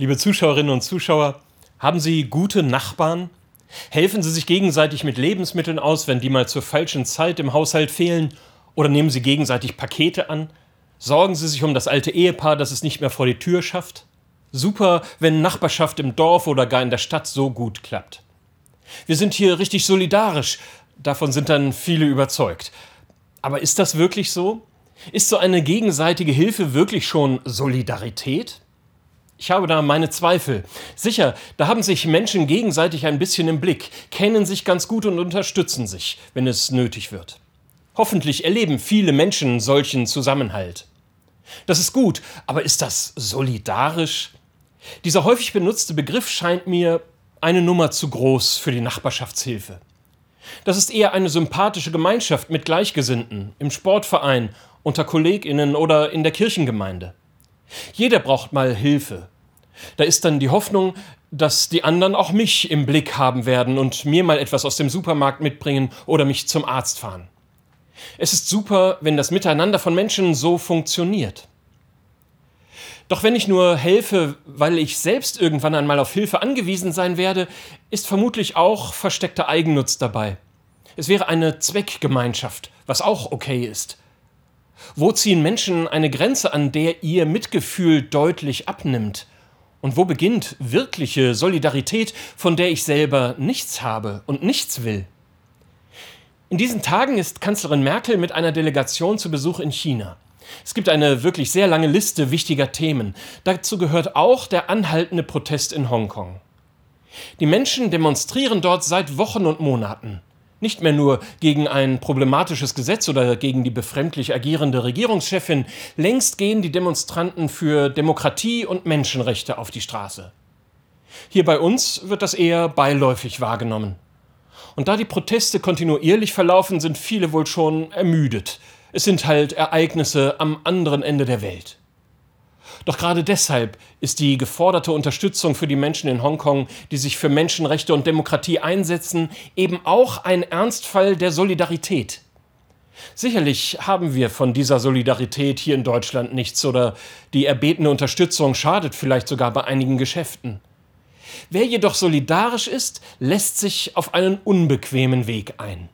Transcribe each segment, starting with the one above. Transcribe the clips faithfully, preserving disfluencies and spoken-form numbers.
Liebe Zuschauerinnen und Zuschauer, haben Sie gute Nachbarn? Helfen Sie sich gegenseitig mit Lebensmitteln aus, wenn die mal zur falschen Zeit im Haushalt fehlen? Oder nehmen Sie gegenseitig Pakete an? Sorgen Sie sich um das alte Ehepaar, das es nicht mehr vor die Tür schafft? Super, wenn Nachbarschaft im Dorf oder gar in der Stadt so gut klappt. Wir sind hier richtig solidarisch, davon sind dann viele überzeugt. Aber ist das wirklich so? Ist so eine gegenseitige Hilfe wirklich schon Solidarität? Ich habe da meine Zweifel. Sicher, da haben sich Menschen gegenseitig ein bisschen im Blick, kennen sich ganz gut und unterstützen sich, wenn es nötig wird. Hoffentlich erleben viele Menschen solchen Zusammenhalt. Das ist gut, aber ist das solidarisch? Dieser häufig benutzte Begriff scheint mir eine Nummer zu groß für die Nachbarschaftshilfe. Das ist eher eine sympathische Gemeinschaft mit Gleichgesinnten, im Sportverein, unter KollegInnen oder in der Kirchengemeinde. Jeder braucht mal Hilfe. Da ist dann die Hoffnung, dass die anderen auch mich im Blick haben werden und mir mal etwas aus dem Supermarkt mitbringen oder mich zum Arzt fahren. Es ist super, wenn das Miteinander von Menschen so funktioniert. Doch wenn ich nur helfe, weil ich selbst irgendwann einmal auf Hilfe angewiesen sein werde, ist vermutlich auch versteckter Eigennutz dabei. Es wäre eine Zweckgemeinschaft, was auch okay ist. Wo ziehen Menschen eine Grenze, an der ihr Mitgefühl deutlich abnimmt? Und wo beginnt wirkliche Solidarität, von der ich selber nichts habe und nichts will? In diesen Tagen ist Kanzlerin Merkel mit einer Delegation zu Besuch in China. Es gibt eine wirklich sehr lange Liste wichtiger Themen. Dazu gehört auch der anhaltende Protest in Hongkong. Die Menschen demonstrieren dort seit Wochen und Monaten. Nicht mehr nur gegen ein problematisches Gesetz oder gegen die befremdlich agierende Regierungschefin. Längst gehen die Demonstranten für Demokratie und Menschenrechte auf die Straße. Hier bei uns wird das eher beiläufig wahrgenommen. Und da die Proteste kontinuierlich verlaufen, sind viele wohl schon ermüdet. Es sind halt Ereignisse am anderen Ende der Welt. Doch gerade deshalb ist die geforderte Unterstützung für die Menschen in Hongkong, die sich für Menschenrechte und Demokratie einsetzen, eben auch ein Ernstfall der Solidarität. Sicherlich haben wir von dieser Solidarität hier in Deutschland nichts oder die erbetene Unterstützung schadet vielleicht sogar bei einigen Geschäften. Wer jedoch solidarisch ist, lässt sich auf einen unbequemen Weg ein.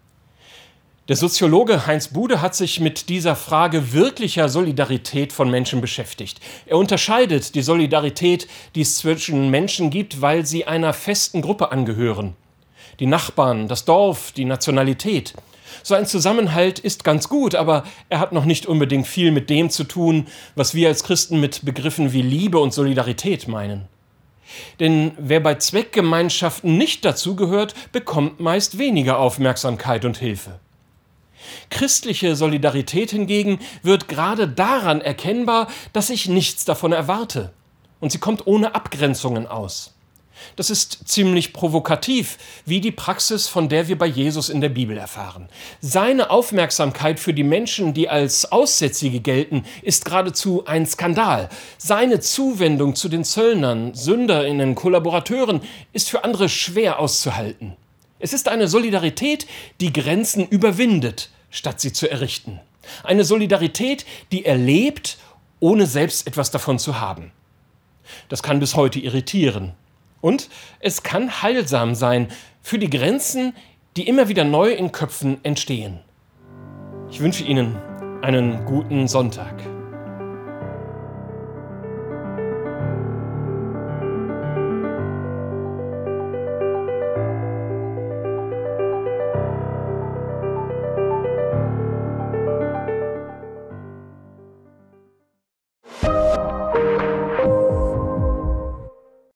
Der Soziologe Heinz Bude hat sich mit dieser Frage wirklicher Solidarität von Menschen beschäftigt. Er unterscheidet die Solidarität, die es zwischen Menschen gibt, weil sie einer festen Gruppe angehören. Die Nachbarn, das Dorf, die Nationalität. So ein Zusammenhalt ist ganz gut, aber er hat noch nicht unbedingt viel mit dem zu tun, was wir als Christen mit Begriffen wie Liebe und Solidarität meinen. Denn wer bei Zweckgemeinschaften nicht dazugehört, bekommt meist weniger Aufmerksamkeit und Hilfe. Christliche Solidarität hingegen wird gerade daran erkennbar, dass ich nichts davon erwarte. Und sie kommt ohne Abgrenzungen aus. Das ist ziemlich provokativ, wie die Praxis, von der wir bei Jesus in der Bibel erfahren. Seine Aufmerksamkeit für die Menschen, die als Aussätzige gelten, ist geradezu ein Skandal. Seine Zuwendung zu den Zöllnern, SünderInnen, Kollaborateuren ist für andere schwer auszuhalten. Es ist eine Solidarität, die Grenzen überwindet, statt sie zu errichten. Eine Solidarität, die er lebt, ohne selbst etwas davon zu haben. Das kann bis heute irritieren. Und es kann heilsam sein für die Grenzen, die immer wieder neu in Köpfen entstehen. Ich wünsche Ihnen einen guten Sonntag.